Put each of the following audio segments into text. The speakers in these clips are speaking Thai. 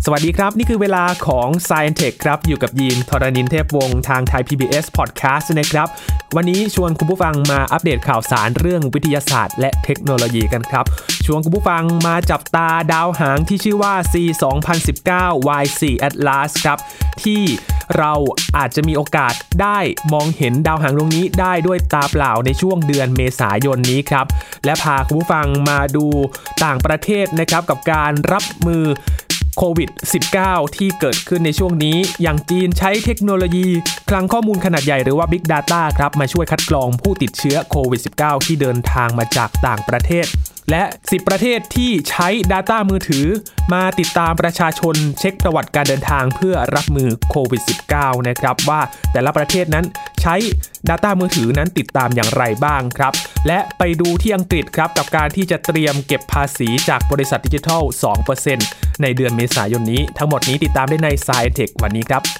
สวัสดีครับนี่คือเวลาของ Science Tech ครับอยู่กับยีนทรณินเทพวงศ์ทางไทย PBS Podcast นะครับวันนี้ชวนคุณผู้ฟังมาอัปเดตข่าวสารเรื่องวิทยาศาสตร์และเทคโนโลยีกันครับชวนคุณผู้ฟังมาจับตาดาวหางที่ชื่อว่า C2019 Y4 Atlas ครับที่เราอาจจะมีโอกาสได้มองเห็นดาวหางดวงนี้ได้ด้วยตาเปล่าในช่วงเดือนเมษายนนี้ครับและพาคุณผู้ฟังมาดูต่างประเทศนะครับกับการรับมือโควิด -19 ที่เกิดขึ้นในช่วงนี้อย่างจีนใช้เทคโนโลยีคลังข้อมูลขนาดใหญ่หรือว่า Big Data ครับมาช่วยคัดกรองผู้ติดเชื้อโควิด -19 ที่เดินทางมาจากต่างประเทศและ10ประเทศที่ใช้ Data มือถือมาติดตามประชาชนเช็คประวัติการเดินทางเพื่อรับมือโควิด -19 นะครับว่าแต่ละประเทศนั้นใช้ Data มือถือนั้นติดตามอย่างไรบ้างครับและไปดูที่อังกฤษครับกับการที่จะเตรียมเก็บภาษีจากบริษัทดิจิทัล 2% ในเดือนเมษายนนี้ทั้งหมดนี้ติดตามได้ใน Science Tech วันนี้ครับ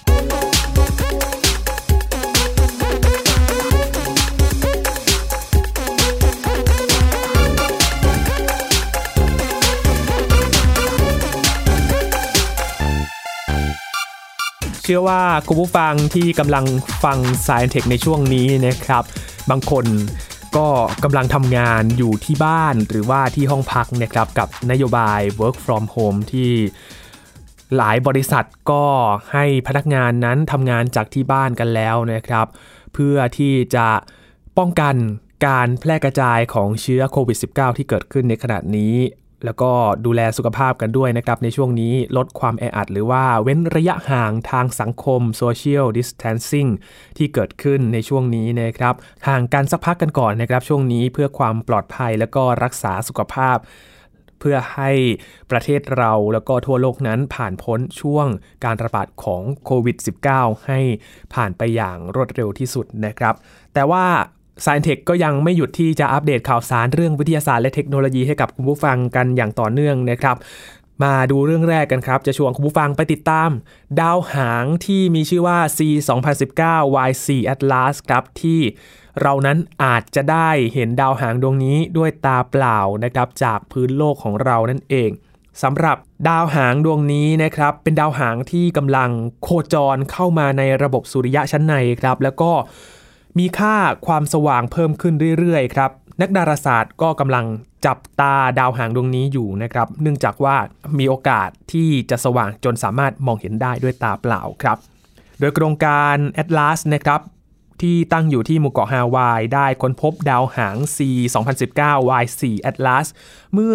เชื่อว่าคุณผู้ฟังที่กำลังฟัง Science Tech ในช่วงนี้นะครับบางคนก็กำลังทำงานอยู่ที่บ้านหรือว่าที่ห้องพักนะครับกับนโยบาย Work from Home ที่หลายบริษัทก็ให้พนักงานนั้นทำงานจากที่บ้านกันแล้วนะครับเพื่อที่จะป้องกันการแพร่กระจายของเชื้อโควิด -19 ที่เกิดขึ้นในขณะนี้แล้วก็ดูแลสุขภาพกันด้วยนะครับในช่วงนี้ลดความแออัดหรือว่าเว้นระยะห่างทางสังคม Social Distancing ที่เกิดขึ้นในช่วงนี้นะครับห่างกันสักพักกันก่อนนะครับช่วงนี้เพื่อความปลอดภัยแล้วก็รักษาสุขภาพเพื่อให้ประเทศเราแล้วก็ทั่วโลกนั้นผ่านพ้นช่วงการระบาดของโควิด -19 ให้ผ่านไปอย่างรวดเร็วที่สุดนะครับแต่ว่าScience Tech ก็ยังไม่หยุดที่จะอัปเดตข่าวสารเรื่องวิทยาศาสตร์และเทคโนโลยีให้กับคุณผู้ฟังกันอย่างต่อเนื่องนะครับมาดูเรื่องแรกกันครับจะชวนคุณผู้ฟังไปติดตามดาวหางที่มีชื่อว่า C2019 Y4 Atlas ครับที่เรานั้นอาจจะได้เห็นดาวหางดวงนี้ด้วยตาเปล่านะครับจากพื้นโลกของเรานั่นเองสำหรับดาวหางดวงนี้นะครับเป็นดาวหางที่กำลังโคจรเข้ามาในระบบสุริยะชั้นในครับแล้วก็มีค่าความสว่างเพิ่มขึ้นเรื่อยๆครับนักดาราศาสตร์ก็กำลังจับตาดาวหางดวงนี้อยู่นะครับเนื่องจากว่ามีโอกาสที่จะสว่างจนสามารถมองเห็นได้ด้วยตาเปล่าครับโดยโครงการ Atlas นะครับที่ตั้งอยู่ที่หมู่เกาะฮาวายได้ค้นพบดาวหาง C2019 Y4 Atlas เมื่อ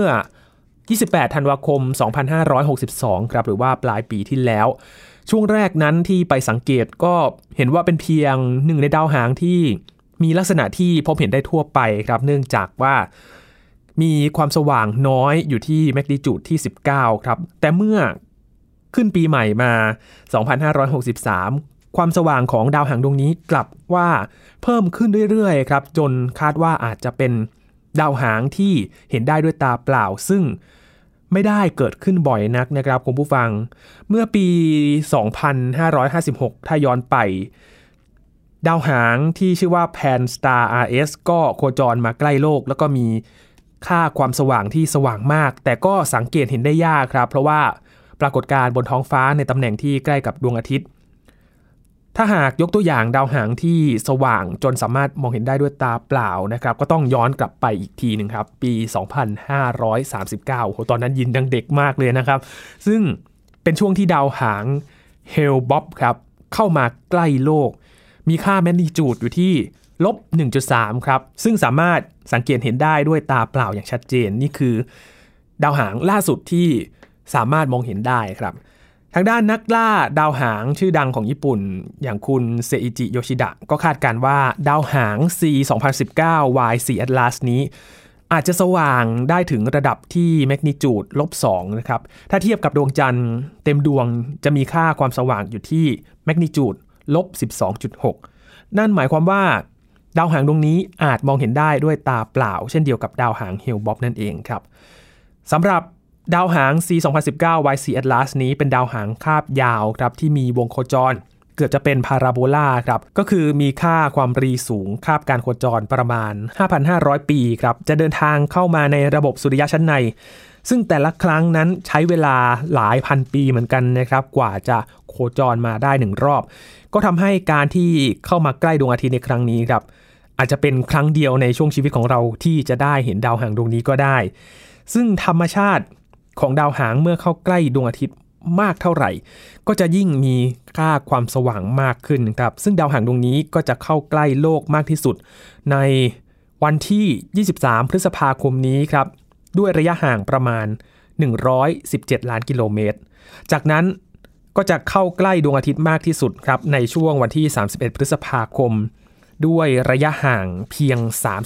28ธันวาคม2562ครับหรือว่าปลายปีที่แล้วช่วงแรกนั้นที่ไปสังเกตก็เห็นว่าเป็นเพียงหนึ่งในดาวหางที่มีลักษณะที่พบเห็นได้ทั่วไปครับเนื่องจากว่ามีความสว่างน้อยอยู่ที่แมกนิจูดที่19ครับแต่เมื่อขึ้นปีใหม่มา2563ความสว่างของดาวหางดวงนี้กลับว่าเพิ่มขึ้นเรื่อยๆครับจนคาดว่าอาจจะเป็นดาวหางที่เห็นได้ด้วยตาเปล่าซึ่งไม่ได้เกิดขึ้นบ่อยนักนะครับคุณผู้ฟังเมื่อปี2556ถ้าย้อนไปดาวหางที่ชื่อว่า Pan-STARRS RS ก็โคจรมาใกล้โลกแล้วก็มีค่าความสว่างที่สว่างมากแต่ก็สังเกตเห็นได้ยากครับเพราะว่าปรากฏการณ์บนท้องฟ้าในตำแหน่งที่ใกล้กับดวงอาทิตย์ถ้าหากยกตัวอย่างดาวหางที่สว่างจนสามารถมองเห็นได้ด้วยตาเปล่านะครับก็ต้องย้อนกลับไปอีกทีนึงครับปี2539โหตอนนั้นยินยังเด็กมากเลยนะครับซึ่งเป็นช่วงที่ดาวหางเฮลบ็อบครับเข้ามาใกล้โลกมีค่าแมกนิจูดอยู่ที่ -1.3 ครับซึ่งสามารถสังเกตเห็นได้ด้วยตาเปล่าอย่างชัดเจนนี่คือดาวหางล่าสุดที่สามารถมองเห็นได้ครับทางด้านนักล่าดาวหางชื่อดังของญี่ปุ่นอย่างคุณเซอิจิโยชิดะก็คาดการณ์ว่าดาวหาง C2019 Y4 Atlas นี้อาจจะสว่างได้ถึงระดับที่แมกนิจูด -2 นะครับถ้าเทียบกับดวงจันทร์เต็มดวงจะมีค่าความสว่างอยู่ที่แมกนิจูด -12.6 นั่นหมายความว่าดาวหางดวงนี้อาจมองเห็นได้ด้วยตาเปล่าเช่นเดียวกับดาวหางเฮลบ็อบนั่นเองครับสำหรับดาวหาง C2019 Y4 Atlas นี้เป็นดาวหางคาบยาวครับที่มีวงโคจร เกือบจะเป็นพาราโบลาครับก็คือมีค่าความรีสูงคาบการโคจรประมาณ 5,500 ปีครับจะเดินทางเข้ามาในระบบสุริยะชั้นในซึ่งแต่ละครั้งนั้นใช้เวลาหลายพันปีเหมือนกันนะครับกว่าจะโคจรมาได้1รอบก็ทำให้การที่เข้ามาใกล้ดวงอาทิตย์ในครั้งนี้ครับอาจจะเป็นครั้งเดียวในช่วงชีวิตของเราที่จะได้เห็นดาวหางดวงนี้ก็ได้ซึ่งธรรมชาติของดาวหางเมื่อเข้าใกล้ดวงอาทิตย์มากเท่าไหร่ก็จะยิ่งมีค่าความสว่างมากขึ้นครับซึ่งดาวหางดวงนี้ก็จะเข้าใกล้โลกมากที่สุดในวันที่23พฤษภาคมนี้ครับด้วยระยะห่างประมาณ117ล้านกิโลเมตรจากนั้นก็จะเข้าใกล้ดวงอาทิตย์มากที่สุดครับในช่วงวันที่31พฤษภาคมด้วยระยะห่างเพียง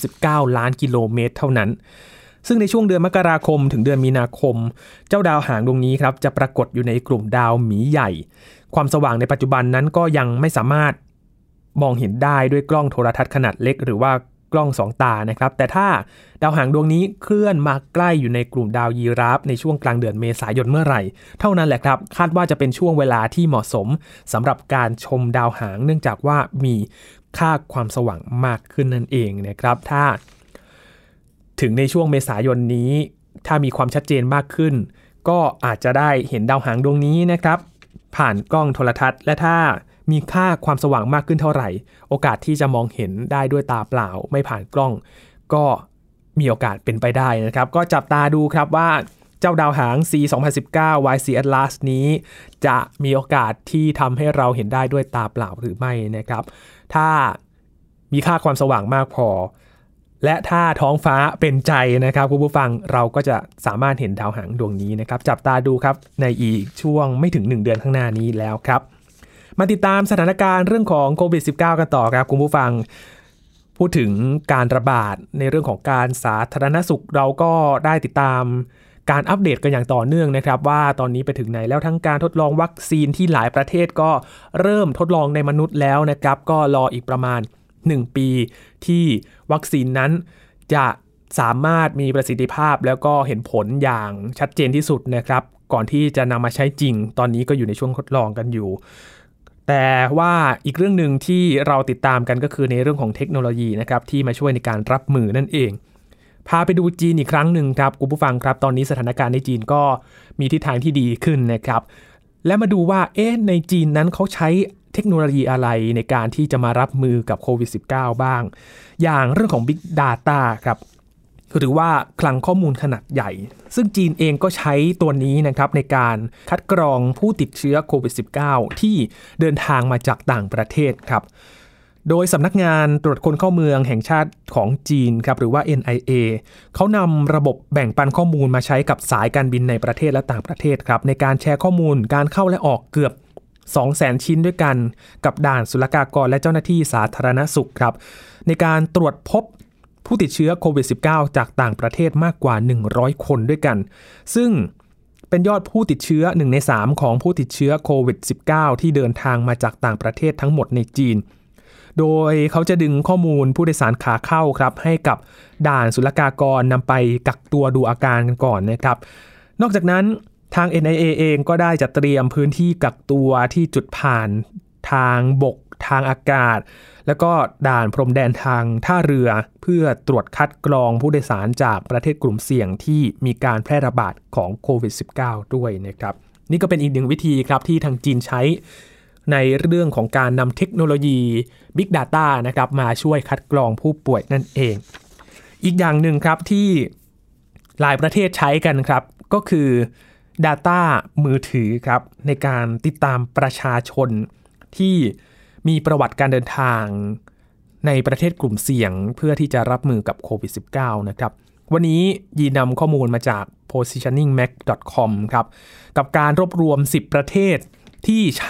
39ล้านกิโลเมตรเท่านั้นซึ่งในช่วงเดือนมกราคมถึงเดือนมีนาคมเจ้าดาวหางดวงนี้ครับจะปรากฏอยู่ในกลุ่มดาวหมีใหญ่ความสว่างในปัจจุบันนั้นก็ยังไม่สามารถมองเห็นได้ด้วยกล้องโทรทัศน์ขนาดเล็กหรือว่ากล้อง2ตานะครับแต่ถ้าดาวหางดวงนี้เคลื่อนมาใกล้อยู่ในกลุ่มดาวยีราฟในช่วงกลางเดือนเมษายนเมื่อไหร่เท่านั้นแหละครับคาดว่าจะเป็นช่วงเวลาที่เหมาะสมสำหรับการชมดาวหางเนื่องจากว่ามีค่าความสว่างมากขึ้นนั่นเองนะครับถ้าถึงในช่วงเมษายนนี้ถ้ามีความชัดเจนมากขึ้นก็อาจจะได้เห็นดาวหางดวงนี้นะครับผ่านกล้องโทรทัศน์และถ้ามีค่าความสว่างมากขึ้นเท่าไหร่โอกาสที่จะมองเห็นได้ด้วยตาเปล่าไม่ผ่านกล้องก็มีโอกาสเป็นไปได้นะครับก็จับตาดูครับว่าเจ้าดาวหาง C 2019 YC Atlas นี้จะมีโอกาสที่ทำให้เราเห็นได้ด้วยตาเปล่าหรือไม่นะครับถ้ามีค่าความสว่างมากพอและถ้าท้องฟ้าเป็นใจนะครับคุณผู้ฟังเราก็จะสามารถเห็นดาวหางดวงนี้นะครับจับตาดูครับในอีกช่วงไม่ถึง1เดือนข้างหน้านี้แล้วครับมาติดตามสถานการณ์เรื่องของโควิด -19 กันต่อครับคุณผู้ฟังพูดถึงการระบาดในเรื่องของการสาธารณสุขเราก็ได้ติดตามการอัปเดตกันอย่างต่อเนื่องนะครับว่าตอนนี้ไปถึงไหนแล้วทั้งการทดลองวัคซีนที่หลายประเทศก็เริ่มทดลองในมนุษย์แล้วนะครับก็รออีกประมาณ1ปีที่วัคซีนนั้นจะสามารถมีประสิทธิภาพแล้วก็เห็นผลอย่างชัดเจนที่สุดนะครับก่อนที่จะนำมาใช้จริงตอนนี้ก็อยู่ในช่วงทดลองกันอยู่แต่ว่าอีกเรื่องหนึ่งที่เราติดตามกันก็คือในเรื่องของเทคโนโลยีนะครับที่มาช่วยในการรับมือนั่นเองพาไปดูจีนอีกครั้งหนึ่งครับคุณผู้ฟังครับตอนนี้สถานการณ์ในจีนก็มีทิศทางที่ดีขึ้นนะครับและมาดูว่าในจีนนั้นเขาใช้เทคโนโลยีอะไรในการที่จะมารับมือกับโควิด -19 บ้างอย่างเรื่องของ Big Data ครับหรือว่าคลังข้อมูลขนาดใหญ่ซึ่งจีนเองก็ใช้ตัวนี้นะครับในการคัดกรองผู้ติดเชื้อโควิด -19 ที่เดินทางมาจากต่างประเทศครับโดยสำนักงานตรวจคนเข้าเมืองแห่งชาติของจีนครับหรือว่า NIA เขานำระบบแบ่งปันข้อมูลมาใช้กับสายการบินในประเทศและต่างประเทศครับในการแชร์ข้อมูลการเข้าและออกเกือบ200,000 ชิ้นด้วยกันกับด่านศุลกากรและเจ้าหน้าที่สาธารณสุขครับในการตรวจพบผู้ติดเชื้อโควิด -19 จากต่างประเทศมากกว่า100คนด้วยกันซึ่งเป็นยอดผู้ติดเชื้อ1ใน3ของผู้ติดเชื้อโควิด -19 ที่เดินทางมาจากต่างประเทศทั้งหมดในจีนโดยเขาจะดึงข้อมูลผู้โดยสารขาเข้าครับให้กับด่านศุลกากรนำไปกักตัวดูอาการกันก่อนนะครับนอกจากนั้นทาง NIA เองก็ได้จัดเตรียมพื้นที่กักตัวที่จุดผ่านทางบกทางอากาศแล้วก็ด่านพรมแดนทางท่าเรือเพื่อตรวจคัดกรองผู้โดยสารจากประเทศกลุ่มเสี่ยงที่มีการแพร่ระบาดของโควิด -19 ด้วยนะครับนี่ก็เป็นอีกหนึ่งวิธีครับที่ทางจีนใช้ในเรื่องของการนำเทคโนโลยี Big Data นะครับมาช่วยคัดกรองผู้ป่วยนั่นเองอีกอย่างหนึ่งครับที่หลายประเทศใช้กันครับก็คือ Data มือถือครับในการติดตามประชาชนที่มีประวัติการเดินทางในประเทศกลุ่มเสี่ยงเพื่อที่จะรับมือกับโควิด -19 นะครับวันนี้ยีนำข้อมูลมาจาก positioningmap.com ครับกับการรวบรวม10ประเทศที่ใช้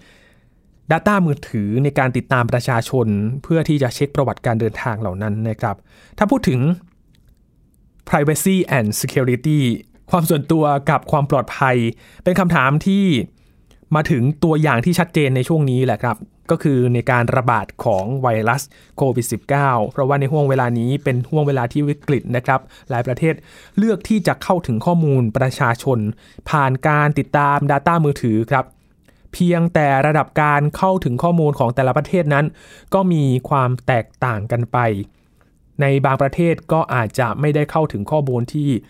Data มือถือในการติดตามประชาชนเพื่อที่จะเช็คประวัติการเดินทางเหล่านั้นนะครับถ้าพูดถึง privacy and security ความส่วนตัวกับความปลอดภัยเป็นคำถามที่มาถึงตัวอย่างที่ชัดเจนในช่วงนี้แหละครับก็คือในการระบาดของไวรัสโควิด -19 เพราะว่าในห่วงเวลานี้เป็นห่วงเวลาที่วิกฤตนะครับหลายประเทศเลือกที่จะเข้าถึงข้อมูลประชาชนผ่านการติดตาม Data มือถือครับเพียงแต่ระดับการเข้าถึงข้อมูลของแต่ละประเทศนั้นก็มีความแตกต่างกันไปในบางประเทศก็อาจจะไม่ได้เข้าถึงข้อมูลที่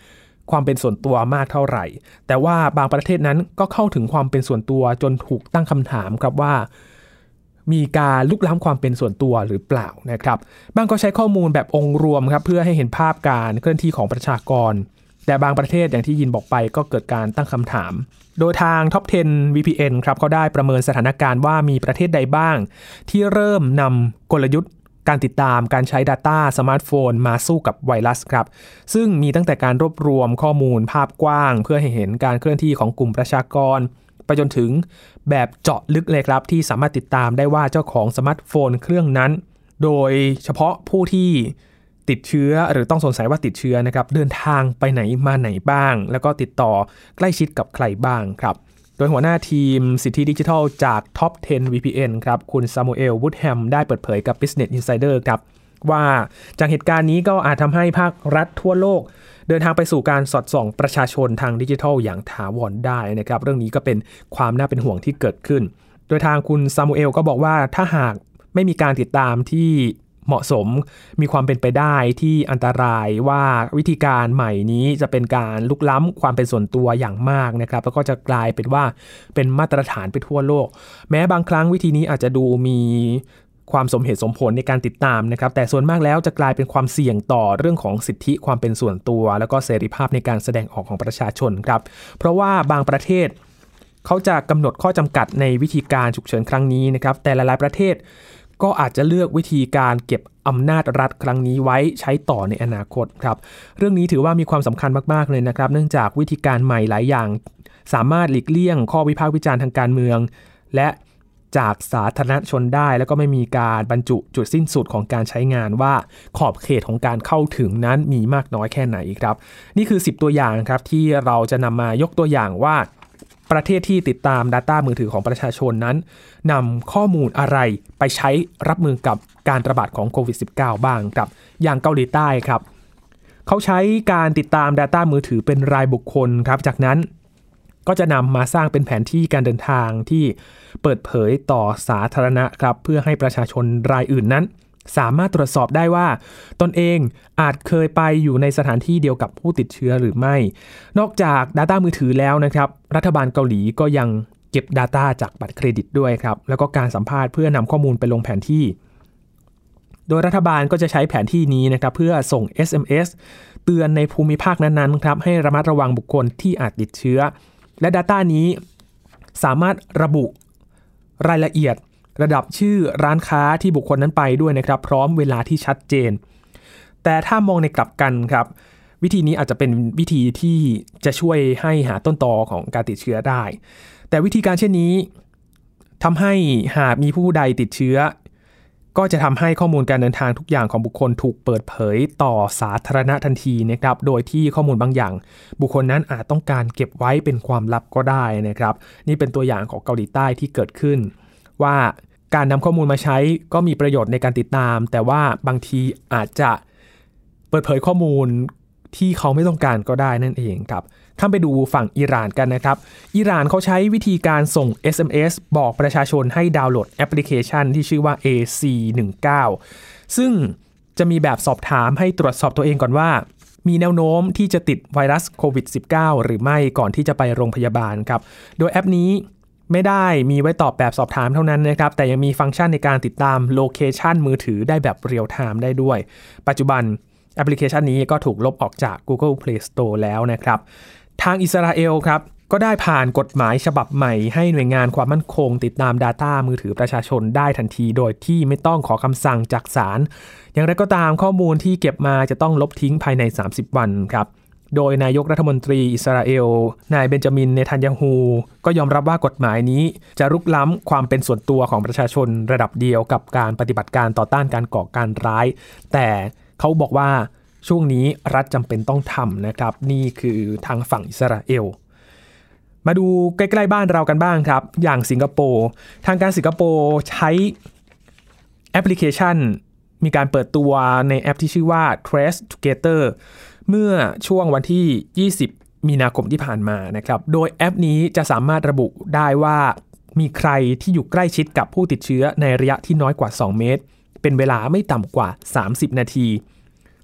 ความเป็นส่วนตัวมากเท่าไหร่แต่ว่าบางประเทศนั้นก็เข้าถึงความเป็นส่วนตัวจนถูกตั้งคำถามครับว่ามีการลุกล้ำความเป็นส่วนตัวหรือเปล่านะครับบางก็ใช้ข้อมูลแบบองค์รวมครับเพื่อให้เห็นภาพการเคลื่อนที่ของประชากรแต่บางประเทศอย่างที่ยินบอกไปก็เกิดการตั้งคำถามโดยทาง Top 10 VPN ครับเขาได้ประเมินสถานการณ์ว่ามีประเทศใดบ้างที่เริ่มนำกลยุทธ์การติดตามการใช้ Data สมาร์ทโฟนมาสู้กับไวรัสครับซึ่งมีตั้งแต่การรวบรวมข้อมูลภาพกว้างเพื่อให้เห็นการเคลื่อนที่ของกลุ่มประชากรไปจนถึงแบบเจาะลึกเลยครับที่สามารถติดตามได้ว่าเจ้าของสมาร์ทโฟนเครื่องนั้นโดยเฉพาะผู้ที่ติดเชื้อหรือต้องสงสัยว่าติดเชื้อนะครับเดินทางไปไหนมาไหนบ้างแล้วก็ติดต่อใกล้ชิดกับใครบ้างครับโดยหัวหน้าทีมสิทธิดิจิทัลจาก Top 10 VPN ครับคุณซามูเอล วูดแฮมได้เปิดเผยกับ Business Insider ครับว่าจากเหตุการณ์นี้ก็อาจทำให้ภาครัฐทั่วโลกเดินทางไปสู่การสอดส่องประชาชนทางดิจิทัลอย่างถาวรได้นะครับเรื่องนี้ก็เป็นความน่าเป็นห่วงที่เกิดขึ้นโดยทางคุณซามูเอลก็บอกว่าถ้าหากไม่มีการติดตามที่เหมาะสมมีความเป็นไปได้ที่อันตรายว่าวิธีการใหม่นี้จะเป็นการลุกล้ำความเป็นส่วนตัวอย่างมากนะครับแล้วก็จะกลายเป็นว่าเป็นมาตรฐานไปทั่วโลกแม้บางครั้งวิธีนี้อาจจะดูมีความสมเหตุสมผลในการติดตามนะครับแต่ส่วนมากแล้วจะกลายเป็นความเสี่ยงต่อเรื่องของสิทธิความเป็นส่วนตัวแล้วก็เสรีภาพในการแสดงออกของประชาชนครับเพราะว่าบางประเทศเขาจะกำหนดข้อจำกัดในวิธีการฉุกเฉินครั้งนี้นะครับแต่หลายๆประเทศก็อาจจะเลือกวิธีการเก็บอำนาจรัฐครั้งนี้ไว้ใช้ต่อในอนาคตครับเรื่องนี้ถือว่ามีความสำคัญมากๆเลยนะครับเนื่องจากวิธีการใหม่หลายอย่างสามารถหลีกเลี่ยงข้อวิพากษ์วิจารณ์ทางการเมืองและจากสาธารณชนได้แล้วก็ไม่มีการบรรจุจุดสิ้นสุดของการใช้งานว่าขอบเขตของการเข้าถึงนั้นมีมากน้อยแค่ไหนครับนี่คือ10ตัวอย่างครับที่เราจะนำมายกตัวอย่างว่าประเทศที่ติดตาม Data มือถือของประชาชนนั้นนำข้อมูลอะไรไปใช้รับมือกับการระบาดของโควิด -19 บ้างครับอย่างเกาหลีใต้ครับเขาใช้การติดตาม Data มือถือเป็นรายบุคคลครับจากนั้นก็จะนำมาสร้างเป็นแผนที่การเดินทางที่เปิดเผยต่อสาธารณะครับเพื่อให้ประชาชนรายอื่นนั้นสามารถตรวจสอบได้ว่าตนเองอาจเคยไปอยู่ในสถานที่เดียวกับผู้ติดเชื้อหรือไม่นอกจาก Data มือถือแล้วนะครับรัฐบาลเกาหลีก็ยังเก็บ Data จากบัตรเครดิตด้วยครับแล้วก็การสัมภาษณ์เพื่อนำข้อมูลไปลงแผนที่โดยรัฐบาลก็จะใช้แผนที่นี้นะครับเพื่อส่ง SMS เตือนในภูมิภาคนั้นๆครับให้ระมัดระวังบุคคลที่อาจติดเชื้อและ Data นี้สามารถระบุรายละเอียดระดับชื่อร้านค้าที่บุคคลนั้นไปด้วยนะครับพร้อมเวลาที่ชัดเจนแต่ถ้ามองในกลับกันครับวิธีนี้อาจจะเป็นวิธีที่จะช่วยให้หาต้นตอของการติดเชื้อได้แต่วิธีการเช่นนี้ทำให้หากมีผู้ใดติดเชื้อก็จะทำให้ข้อมูลการเดินทางทุกอย่างของบุคคลถูกเปิดเผยต่อสาธารณะทันทีนะครับโดยที่ข้อมูลบางอย่างบุคคลนั้นอาจต้องการเก็บไว้เป็นความลับก็ได้นะครับนี่เป็นตัวอย่างของเกาหลีใต้ที่เกิดขึ้นว่าการนำข้อมูลมาใช้ก็มีประโยชน์ในการติดตามแต่ว่าบางทีอาจจะเปิดเผยข้อมูลที่เขาไม่ต้องการก็ได้นั่นเองครับข้ามไปดูฝั่งอิหร่านกันนะครับอิหร่านเขาใช้วิธีการส่ง SMS บอกประชาชนให้ดาวน์โหลดแอปพลิเคชันที่ชื่อว่า AC19 ซึ่งจะมีแบบสอบถามให้ตรวจสอบตัวเองก่อนว่ามีแนวโน้มที่จะติดไวรัสโควิด -19 หรือไม่ก่อนที่จะไปโรงพยาบาลครับโดยแอปนี้ไม่ได้มีไว้ตอบแบบสอบถามเท่านั้นนะครับแต่ยังมีฟังก์ชันในการติดตามโลเคชันมือถือได้แบบเรียลไทม์ได้ด้วยปัจจุบันแอปพลิเคชันนี้ก็ถูกลบออกจาก Google Play Store แล้วนะครับทางอิสราเอลครับก็ได้ผ่านกฎหมายฉบับใหม่ให้หน่วยงานความมั่นคงติดตาม Data มือถือประชาชนได้ทันทีโดยที่ไม่ต้องขอคำสั่งจากศาลอย่างไรก็ตามข้อมูลที่เก็บมาจะต้องลบทิ้งภายใน30วันครับโดยนายกรัฐมนตรีอิสราเอลนายเบนจามินเนทันยาฮูก็ยอมรับว่ากฎหมายนี้จะรุกล้ำความเป็นส่วนตัวของประชาชนระดับเดียวกับการปฏิบัติการต่อต้านการก่อการร้ายแต่เขาบอกว่าช่วงนี้รัฐจำเป็นต้องทำนะครับนี่คือทางฝั่งอิสราเอลมาดูใกล้ๆบ้านเรากันบ้างครับอย่างสิงคโปร์ทางการสิงคโปร์ใช้แอปพลิเคชันมีการเปิดตัวในแอปที่ชื่อว่า Trace Togetherเมื่อช่วงวันที่20มีนาคมที่ผ่านมานะครับโดยแอปนี้จะสามารถระบุได้ว่ามีใครที่อยู่ใกล้ชิดกับผู้ติดเชื้อในระยะที่น้อยกว่า2เมตรเป็นเวลาไม่ต่ำกว่า30นาที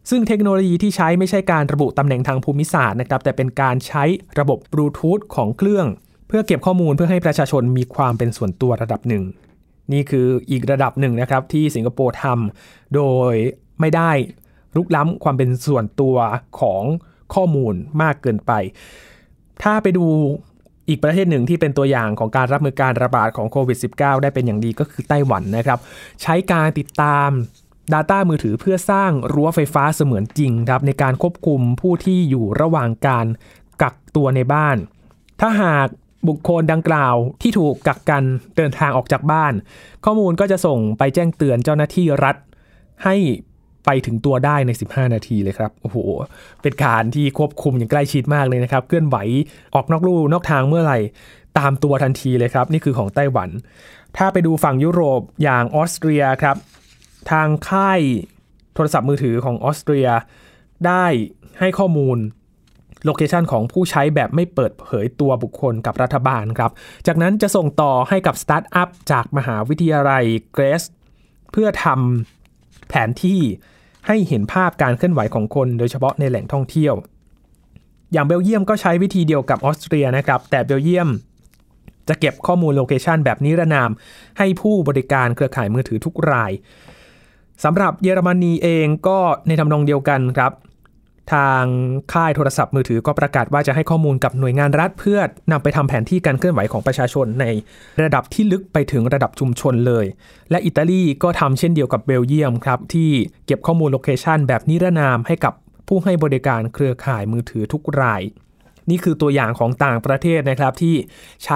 ซึ่งเทคโนโลยีที่ใช้ไม่ใช่การระบุตำแหน่งทางภูมิศาสตร์นะครับแต่เป็นการใช้ระบบบลูทูธของเครื่องเพื่อเก็บข้อมูลเพื่อให้ประชาชนมีความเป็นส่วนตัวระดับหนึ่งนี่คืออีกระดับหนึ่งนะครับที่สิงคโปร์ทำโดยไม่ได้รุกล้ำความเป็นส่วนตัวของข้อมูลมากเกินไปถ้าไปดูอีกประเทศหนึ่งที่เป็นตัวอย่างของการรับมือการระบาดของโควิด -19 ได้เป็นอย่างดีก็คือไต้หวันนะครับใช้การติดตาม Data มือถือเพื่อสร้างรั้วไฟฟ้าเสมือนจริงครับในการควบคุมผู้ที่อยู่ระหว่างการกักตัวในบ้านถ้าหากบุคคลดังกล่าวที่ถูกกักกันเดินทางออกจากบ้านข้อมูลก็จะส่งไปแจ้งเตือนเจ้าหน้าที่รัฐให้ไปถึงตัวได้ใน15นาทีเลยครับโอ้โหเป็นการที่ควบคุมอย่างใกล้ชิดมากเลยนะครับเคลื่อนไหวออกนอกลู่นอกทางเมื่อไหร่ตามตัวทันทีเลยครับนี่คือของไต้หวันถ้าไปดูฝั่งยุโรปอย่างออสเตรียครับทางค่ายโทรศัพท์มือถือของออสเตรียได้ให้ข้อมูลโลเคชันของผู้ใช้แบบไม่เปิดเผยตัวบุคคลกับรัฐบาลครับจากนั้นจะส่งต่อให้กับสตาร์ทอัพจากมหาวิทยาลัยเกรซเพื่อทำแผนที่ให้เห็นภาพการเคลื่อนไหวของคนโดยเฉพาะในแหล่งท่องเที่ยวอย่างเบลเยียมก็ใช้วิธีเดียวกับออสเตรียนะครับแต่เบลเยียมจะเก็บข้อมูลโลเคชันแบบนิรนามให้ผู้บริการเครือข่ายมือถือทุกรายสำหรับเยอรมนีเองก็ในทำนองเดียวกันครับทางค่ายโทรศัพท์มือถือก็ประกาศว่าจะให้ข้อมูลกับหน่วยงานรัฐเพื่อนำไปทำแผนที่การเคลื่อนไหวของประชาชนในระดับที่ลึกไปถึงระดับชุมชนเลยและอิตาลีก็ทำเช่นเดียวกับเบลเยียมครับที่เก็บข้อมูลโลเคชันแบบนิรนามให้กับผู้ให้บริการเครือข่ายมือถือทุกรายนี่คือตัวอย่างของต่างประเทศนะครับที่ใช้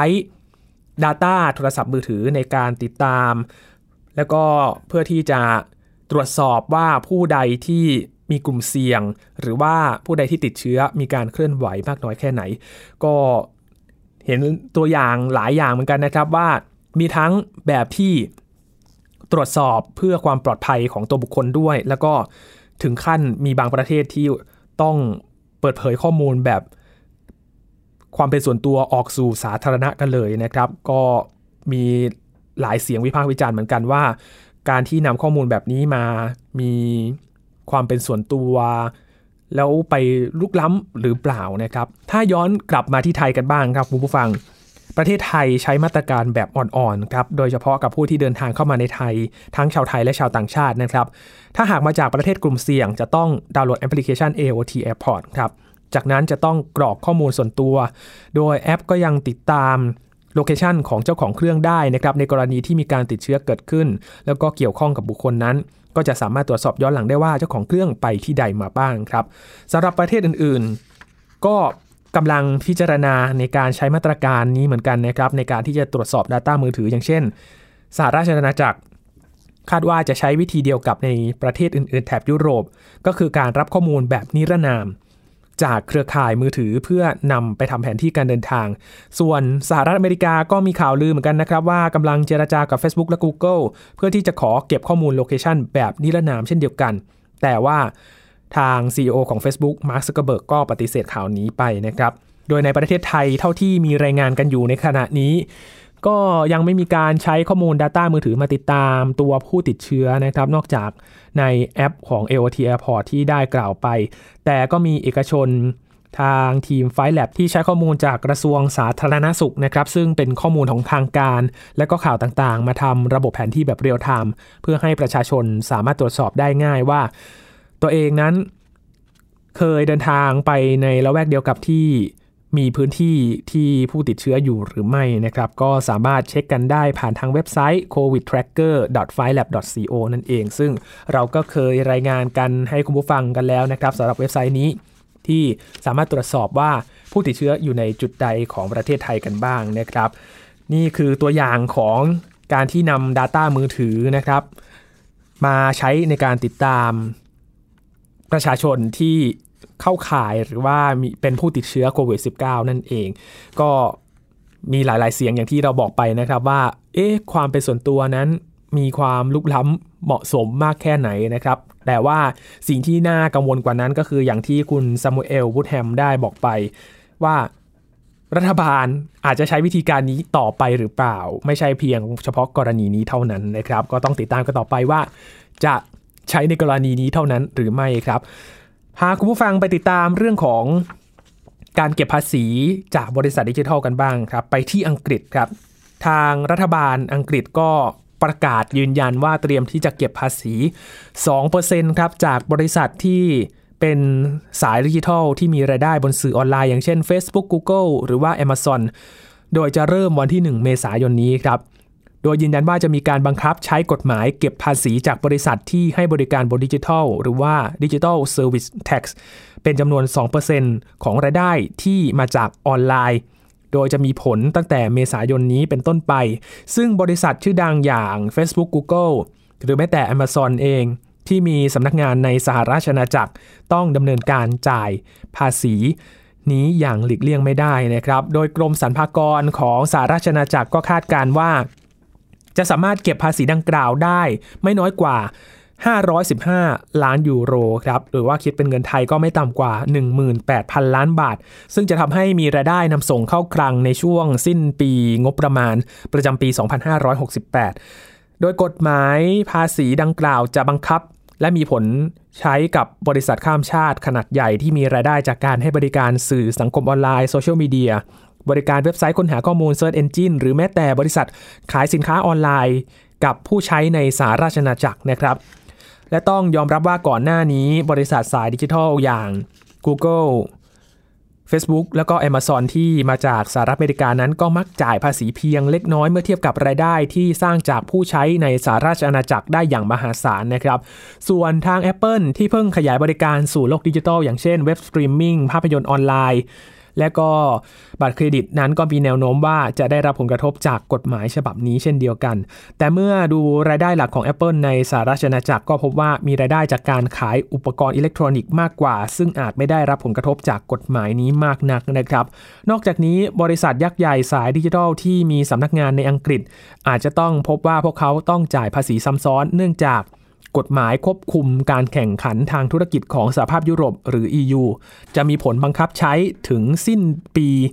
Data โทรศัพท์มือถือในการติดตามแล้วก็เพื่อที่จะตรวจสอบว่าผู้ใดที่มีกลุ่มเสี่ยงหรือว่าผู้ใดที่ติดเชื้อมีการเคลื่อนไหวมากน้อยแค่ไหนก็เห็นตัวอย่างหลายอย่างเหมือนกันนะครับว่ามีทั้งแบบที่ตรวจสอบเพื่อความปลอดภัยของตัวบุคคลด้วยแล้วก็ถึงขั้นมีบางประเทศที่ต้องเปิดเผยข้อมูลแบบความเป็นส่วนตัวออกสู่สาธารณะกันเลยนะครับก็มีหลายเสียงวิพากษ์วิจารณ์เหมือนกันว่าการที่นำข้อมูลแบบนี้มามีความเป็นส่วนตัวแล้วไปลุกล้ำหรือเปล่านะครับถ้าย้อนกลับมาที่ไทยกันบ้างครับคุณผู้ฟังประเทศไทยใช้มาตรการแบบอ่อนๆครับโดยเฉพาะกับผู้ที่เดินทางเข้ามาในไทยทั้งชาวไทยและชาวต่างชาตินะครับถ้าหากมาจากประเทศกลุ่มเสี่ยงจะต้องดาวน์โหลดแอปพลิเคชัน AOT Airport ครับจากนั้นจะต้องกรอกข้อมูลส่วนตัวโดยแอปก็ยังติดตามโลเคชันของเจ้าของเครื่องได้นะครับในกรณีที่มีการติดเชื้อเกิดขึ้นแล้วก็เกี่ยวข้องกับบุคคลนั้นก็จะสามารถตรวจสอบย้อนหลังได้ว่าเจ้าของเครื่องไปที่ใดมาบ้างครับสำหรับประเทศอื่นๆก็กำลังพิจารณาในการใช้มาตรการนี้เหมือนกันนะครับในการที่จะตรวจสอบ Data มือถืออย่างเช่นสหราชอาณาจักรคาดว่าจะใช้วิธีเดียวกับในประเทศอื่นๆแถบยุโรปก็คือการรับข้อมูลแบบนิรนามจากเครือข่ายมือถือเพื่อนำไปทำแผนที่การเดินทางส่วนสหรัฐอเมริกาก็มีข่าวลือเหมือนกันนะครับว่ากำลังเจรจากับ Facebook และ Google เพื่อที่จะขอเก็บข้อมูลโลเคชันแบบนิรนามเช่นเดียวกันแต่ว่าทาง CEO ของ Facebook มาร์ค ซักเคอร์เบิร์กก็ปฏิเสธข่าวนี้ไปนะครับโดยในประเทศไทยเท่าที่มีรายงานกันอยู่ในขณะนี้ก็ยังไม่มีการใช้ข้อมูล Data มือถือมาติดตามตัวผู้ติดเชื้อนะครับนอกจากในแอปของ AOT Airport ที่ได้กล่าวไปแต่ก็มีเอกชนทางทีม Fight Lab ที่ใช้ข้อมูลจากกระทรวงสาธารณสุขนะครับซึ่งเป็นข้อมูลของทางการและก็ข่าวต่างๆมาทำระบบแผนที่แบบเรียลไทม์เพื่อให้ประชาชนสามารถตรวจสอบได้ง่ายว่าตัวเองนั้นเคยเดินทางไปในละแวกเดียวกับที่มีพื้นที่ที่ผู้ติดเชื้ออยู่หรือไม่นะครับก็สามารถเช็คกันได้ผ่านทางเว็บไซต์ covidtracker.fightlab.co นั่นเองซึ่งเราก็เคยรายงานกันให้คุณผู้ฟังกันแล้วนะครับสำหรับเว็บไซต์นี้ที่สามารถตรวจสอบว่าผู้ติดเชื้ออยู่ในจุดใดของประเทศไทยกันบ้างนะครับนี่คือตัวอย่างของการที่นำ Data มือถือนะครับมาใช้ในการติดตามประชาชนที่เข้าข่ายหรือว่าเป็นผู้ติดเชื้อโควิด -19 นั่นเองก็มีหลายๆเสียงอย่างที่เราบอกไปนะครับว่าความเป็นส่วนตัวนั้นมีความลุกล้ำเหมาะสมมากแค่ไหนนะครับแต่ว่าสิ่งที่น่ากังวลกว่านั้นก็คืออย่างที่คุณซามูเอล วูดแฮมได้บอกไปว่ารัฐบาลอาจจะใช้วิธีการนี้ต่อไปหรือเปล่าไม่ใช่เพียงเฉพาะกรณีนี้เท่านั้นนะครับก็ต้องติดตามกันต่อไปว่าจะใช้ในกรณีนี้เท่านั้นหรือไม่ครับพาคุณผู้ฟังไปติดตามเรื่องของการเก็บภาษีจากบริษัทดิจิทัลกันบ้างครับไปที่อังกฤษครับทางรัฐบาลอังกฤษก็ประกาศยืนยันว่าเตรียมที่จะเก็บภาษี 2% ครับจากบริษัทที่เป็นสายดิจิทัลที่มีรายได้บนสื่อออนไลน์อย่างเช่น Facebook Google หรือว่า Amazon โดยจะเริ่มวันที่1 เมษายนนี้ครับโดยยืนยันว่าจะมีการบังคับใช้กฎหมายเก็บภาษีจากบริษัทที่ให้บริการบนดิจิทัลหรือว่า Digital Service Tax เป็นจำนวน 2% ของรายได้ที่มาจากออนไลน์โดยจะมีผลตั้งแต่เมษายนนี้เป็นต้นไปซึ่งบริษัทชื่อดังอย่าง Facebook Google หรือแม้แต่ Amazon เองที่มีสำนักงานในสหราชอาณาจักรต้องดำเนินการจ่ายภาษีนี้อย่างหลีกเลี่ยงไม่ได้นะครับโดยกรมสรรพากรของสหราชอาณาจักรก็คาดการณ์ว่าจะสามารถเก็บภาษีดังกล่าวได้ไม่น้อยกว่า515 ล้านยูโรครับหรือว่าคิดเป็นเงินไทยก็ไม่ต่ำกว่า 18,000 ล้านบาทซึ่งจะทำให้มีรายได้นำส่งเข้าคลังในช่วงสิ้นปีงบประมาณประจำปี 2568 โดยกฎหมายภาษีดังกล่าวจะบังคับและมีผลใช้กับบริษัทข้ามชาติขนาดใหญ่ที่มีรายได้จากการให้บริการสื่อสังคมออนไลน์โซเชียลมีเดียบริการเว็บไซต์ค้นหาข้อมูล Search Engine หรือแม้แต่บริษัทขายสินค้าออนไลน์กับผู้ใช้ในสหราชอาณาจักรนะครับและต้องยอมรับว่าก่อนหน้านี้บริษัทสายดิจิทัลอย่าง Google Facebook แล้วก็ Amazon ที่มาจากสหรัฐอเมริกานั้นก็มักจ่ายภาษีเพียงเล็กน้อยเมื่อเทียบกับรายได้ที่สร้างจากผู้ใช้ในสหราชอาณาจักรได้อย่างมหาศาลนะครับส่วนทาง Apple ที่เพิ่งขยายบริการสู่โลกดิจิทัลอย่างเช่นเว็บสตรีมมิ่งภาพยนตร์ออนไลน์และก็บัตรเครดิตนั้นก็มีแนวโน้มว่าจะได้รับผลกระทบจากกฎหมายฉบับนี้เช่นเดียวกันแต่เมื่อดูรายได้หลักของ Apple ในสหราชอาณาจักรก็พบว่ามีรายได้จากการขายอุปกรณ์อิเล็กทรอนิกส์มากกว่าซึ่งอาจไม่ได้รับผลกระทบจากกฎหมายนี้มากนักนะครับนอกจากนี้บริษัทยักษ์ใหญ่สายดิจิทัลที่มีสำนักงานในอังกฤษอาจจะต้องพบว่าพวกเขาต้องจ่ายภาษีซ้ำซ้อนเนื่องจากกฎหมายควบคุมการแข่งขันทางธุรกิจของสหภาพยุโรปหรือ EU จะมีผลบังคับใช้ถึงสิ้นปี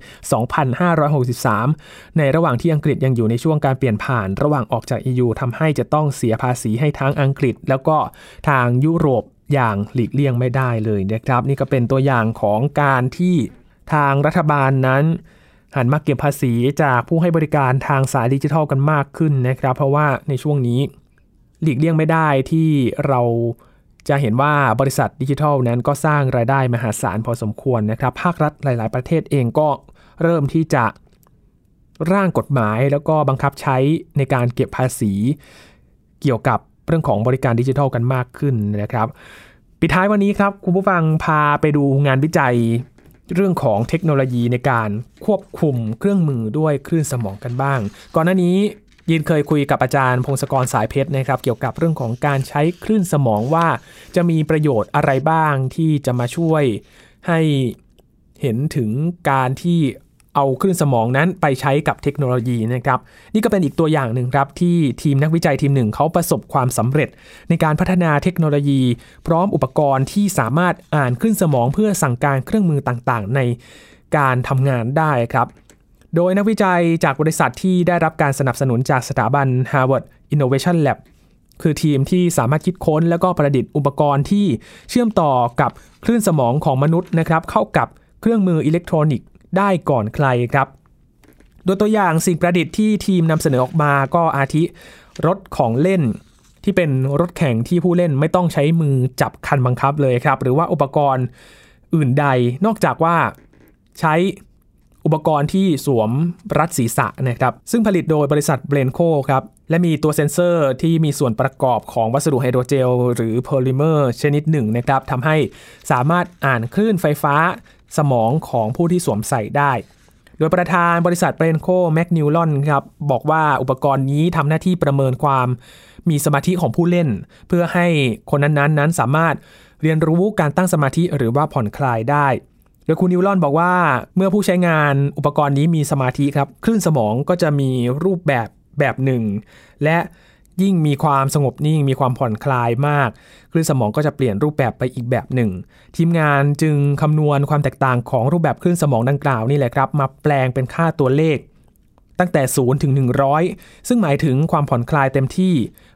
2563 ในระหว่างที่อังกฤษยังอยู่ในช่วงการเปลี่ยนผ่านระหว่างออกจาก EU ทำให้จะต้องเสียภาษีให้ทั้งอังกฤษแล้วก็ทางยุโรปอย่างหลีกเลี่ยงไม่ได้เลยนะครับนี่ก็เป็นตัวอย่างของการที่ทางรัฐบาลนั้นหันมาเก็บภาษีจากผู้ให้บริการทางสายดิจิทัลกันมากขึ้นนะครับเพราะว่าในช่วงนี้หลีกเลี่ยงไม่ได้ที่เราจะเห็นว่าบริษัทดิจิทัลนั้นก็สร้างรายได้มหาศาลพอสมควรนะครับภาครัฐหลายๆประเทศเองก็เริ่มที่จะร่างกฎหมายแล้วก็บังคับใช้ในการเก็บภาษีเกี่ยวกับเรื่องของบริการดิจิทัลกันมากขึ้นนะครับปิดท้ายวันนี้ครับคุณผู้ฟังพาไปดูงานวิจัยเรื่องของเทคโนโลยีในการควบคุมเครื่องมือด้วยคลื่นสมองกันบ้างก่อนหน้านี้ยินเคยคุยกับอาจารย์พงศกรสายเพชรนะครับเกี่ยวกับเรื่องของการใช้คลื่นสมองว่าจะมีประโยชน์อะไรบ้างที่จะมาช่วยให้เห็นถึงการที่เอาคลื่นสมองนั้นไปใช้กับเทคโนโลยีนะครับนี่ก็เป็นอีกตัวอย่างหนึ่งครับที่ทีมนักวิจัยทีมหนึ่งเขาประสบความสำเร็จในการพัฒนาเทคโนโลยีพร้อมอุปกรณ์ที่สามารถอ่านคลื่นสมองเพื่อสั่งการเครื่องมือต่างๆในการทำงานได้ครับโดยนักวิจัยจากบริษัทที่ได้รับการสนับสนุนจากสถาบัน Harvard Innovation Lab คือทีมที่สามารถคิดค้นและก็ประดิษฐ์อุปกรณ์ที่เชื่อมต่อกับคลื่นสมองของมนุษย์นะครับเข้ากับเครื่องมืออิเล็กทรอนิกส์ได้ก่อนใครครับโดยตัวอย่างสิ่งประดิษฐ์ที่ทีมนำเสนอออกมาก็อาทิรถของเล่นที่เป็นรถแข่งที่ผู้เล่นไม่ต้องใช้มือจับคันบังคับเลยครับหรือว่าอุปกรณ์อื่นใดนอกจากว่าใช้อุปกรณ์ที่สวมรัดศีรษะนะครับซึ่งผลิตโดยบริษัทเบรนโคครับและมีตัวเซ็นเซอร์ที่มีส่วนประกอบของวัสดุไฮโดรเจลหรือโพลิเมอร์ชนิดหนึ่งนะครับทำให้สามารถอ่านคลื่นไฟฟ้าสมองของผู้ที่สวมใส่ได้โดยประธานบริษัทเบรนโคแมคนิวลอนครับบอกว่าอุปกรณ์นี้ทำหน้าที่ประเมินความมีสมาธิของผู้เล่นเพื่อให้คนนั้นสามารถเรียนรู้การตั้งสมาธิหรือว่าผ่อนคลายได้โดยคุณนิวลอนบอกว่าเมื่อผู้ใช้งานอุปกรณ์นี้มีสมาธิครับคลื่นสมองก็จะมีรูปแบบหนึ่งและยิ่งมีความสงบนิ่งมีความผ่อนคลายมากคลื่นสมองก็จะเปลี่ยนรูปแบบไปอีกแบบหนึ่งทีมงานจึงคำนวณความแตกต่างของรูปแบบคลื่นสมองดังกล่าวนี่แหละครับมาแปลงเป็นค่าตัวเลขตั้งแต่0 ถึง 100ซึ่งหมายถึงความผ่อนคลายเต็มที่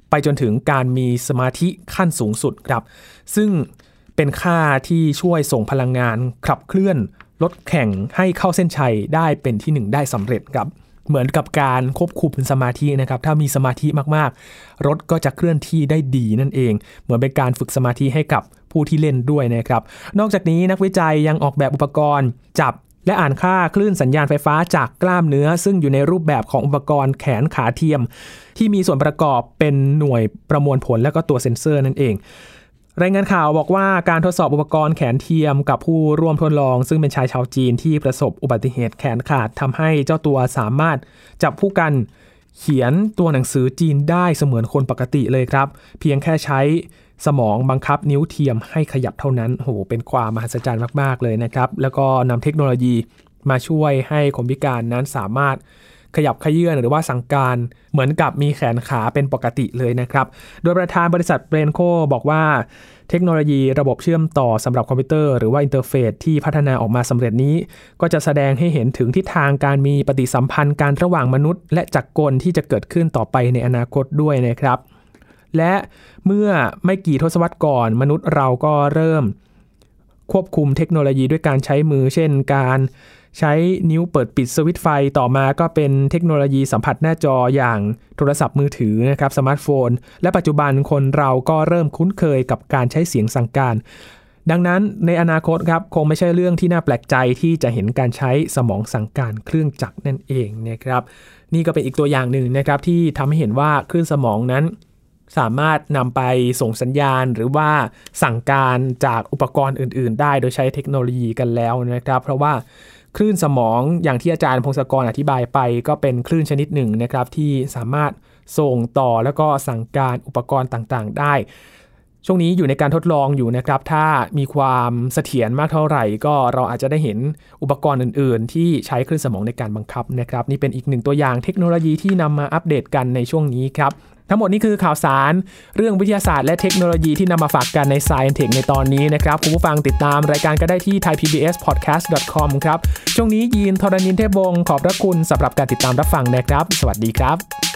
ไปจนถึงการมีสมาธิขั้นสูงสุดครับซึ่งเป็นค่าที่ช่วยส่งพลังงานขับเคลื่อนรถแข่งให้เข้าเส้นชัยได้เป็นที่1ได้สำเร็จครับเหมือนกับการควบคุมสมาธินะครับถ้ามีสมาธิมากๆรถก็จะเคลื่อนที่ได้ดีนั่นเองเหมือนเป็นการฝึกสมาธิให้กับผู้ที่เล่นด้วยนะครับนอกจากนี้นักวิจัยยังออกแบบอุปกรณ์จับและอ่านค่าคลื่นสัญญาณไฟฟ้าจากกล้ามเนื้อซึ่งอยู่ในรูปแบบของอุปกรณ์แขนขาเทียมที่มีส่วนประกอบเป็นหน่วยประมวลผลและก็ตัวเซ็นเซอร์นั่นเองรายงานข่าวบอกว่าการทดสอบอุปกรณ์แขนเทียมกับผู้ร่วมทดลองซึ่งเป็นชายชาวจีนที่ประสบอุบัติเหตุแขนขาดทำให้เจ้าตัวสามารถจับผู้กันเขียนตัวหนังสือจีนได้เสมือนคนปกติเลยครับเพียงแค่ใช้สมองบังคับนิ้วเทียมให้ขยับเท่านั้นโหเป็นความมหัศจรรย์มากๆเลยนะครับแล้วก็นำเทคโนโลยีมาช่วยให้คนพิการนั้นสามารถขยับเขยื้อนหรือว่าสั่งการเหมือนกับมีแขนขาเป็นปกติเลยนะครับโดยประธานบริษัทเบรนโคบอกว่าเทคโนโลยีระบบเชื่อมต่อสำหรับคอมพิวเตอร์หรือว่าอินเทอร์เฟซที่พัฒนาออกมาสำเร็จนี้ก็จะแสดงให้เห็นถึงทิศทางการมีปฏิสัมพันธ์การระหว่างมนุษย์และจักรกลที่จะเกิดขึ้นต่อไปในอนาคตด้วยนะครับและเมื่อไม่กี่ทศวรรษก่อนมนุษย์เราก็เริ่มควบคุมเทคโนโลยีด้วยการใช้มือเช่นการใช้นิ้วเปิดปิดสวิตช์ไฟต่อมาก็เป็นเทคโนโลยีสัมผัสหน้าจออย่างโทรศัพท์มือถือนะครับสมาร์ทโฟนและปัจจุบันคนเราก็เริ่มคุ้นเคยกับการใช้เสียงสั่งการดังนั้นในอนาคตครับคงไม่ใช่เรื่องที่น่าแปลกใจที่จะเห็นการใช้สมองสั่งการเครื่องจักรนั่นเองนะครับนี่ก็เป็นอีกตัวอย่างหนึ่งนะครับที่ทำให้เห็นว่าคลื่นสมองนั้นสามารถนำไปส่งสัญญาณหรือว่าสั่งการจากอุปกรณ์อื่นๆได้โดยใช้เทคโนโลยีกันแล้วนะครับเพราะว่าคลื่นสมองอย่างที่อาจารย์พงศกรอธิบายไปก็เป็นคลื่นชนิดหนึ่งนะครับที่สามารถส่งต่อแล้วก็สั่งการอุปกรณ์ต่างๆได้ช่วงนี้อยู่ในการทดลองอยู่นะครับถ้ามีความเสถียรมากเท่าไหร่ก็เราอาจจะได้เห็นอุปกรณ์อื่นๆที่ใช้คลื่นสมองในการบังคับนะครับนี่เป็นอีกหนึ่งตัวอย่างเทคโนโลยีที่นำมาอัปเดตกันในช่วงนี้ครับทั้งหมดนี้คือข่าวสารเรื่องวิทยาศาสตร์และเทคโนโลยีที่นำมาฝากกันใน Science Tech ในตอนนี้นะครับคุณผู้ฟังติดตามรายการก็ได้ที่ thaipbspodcast.com ครับช่วงนี้ยีนทรณินเทพวงศ์ขอบพระคุณสำหรับการติดตามรับฟังนะครับสวัสดีครับ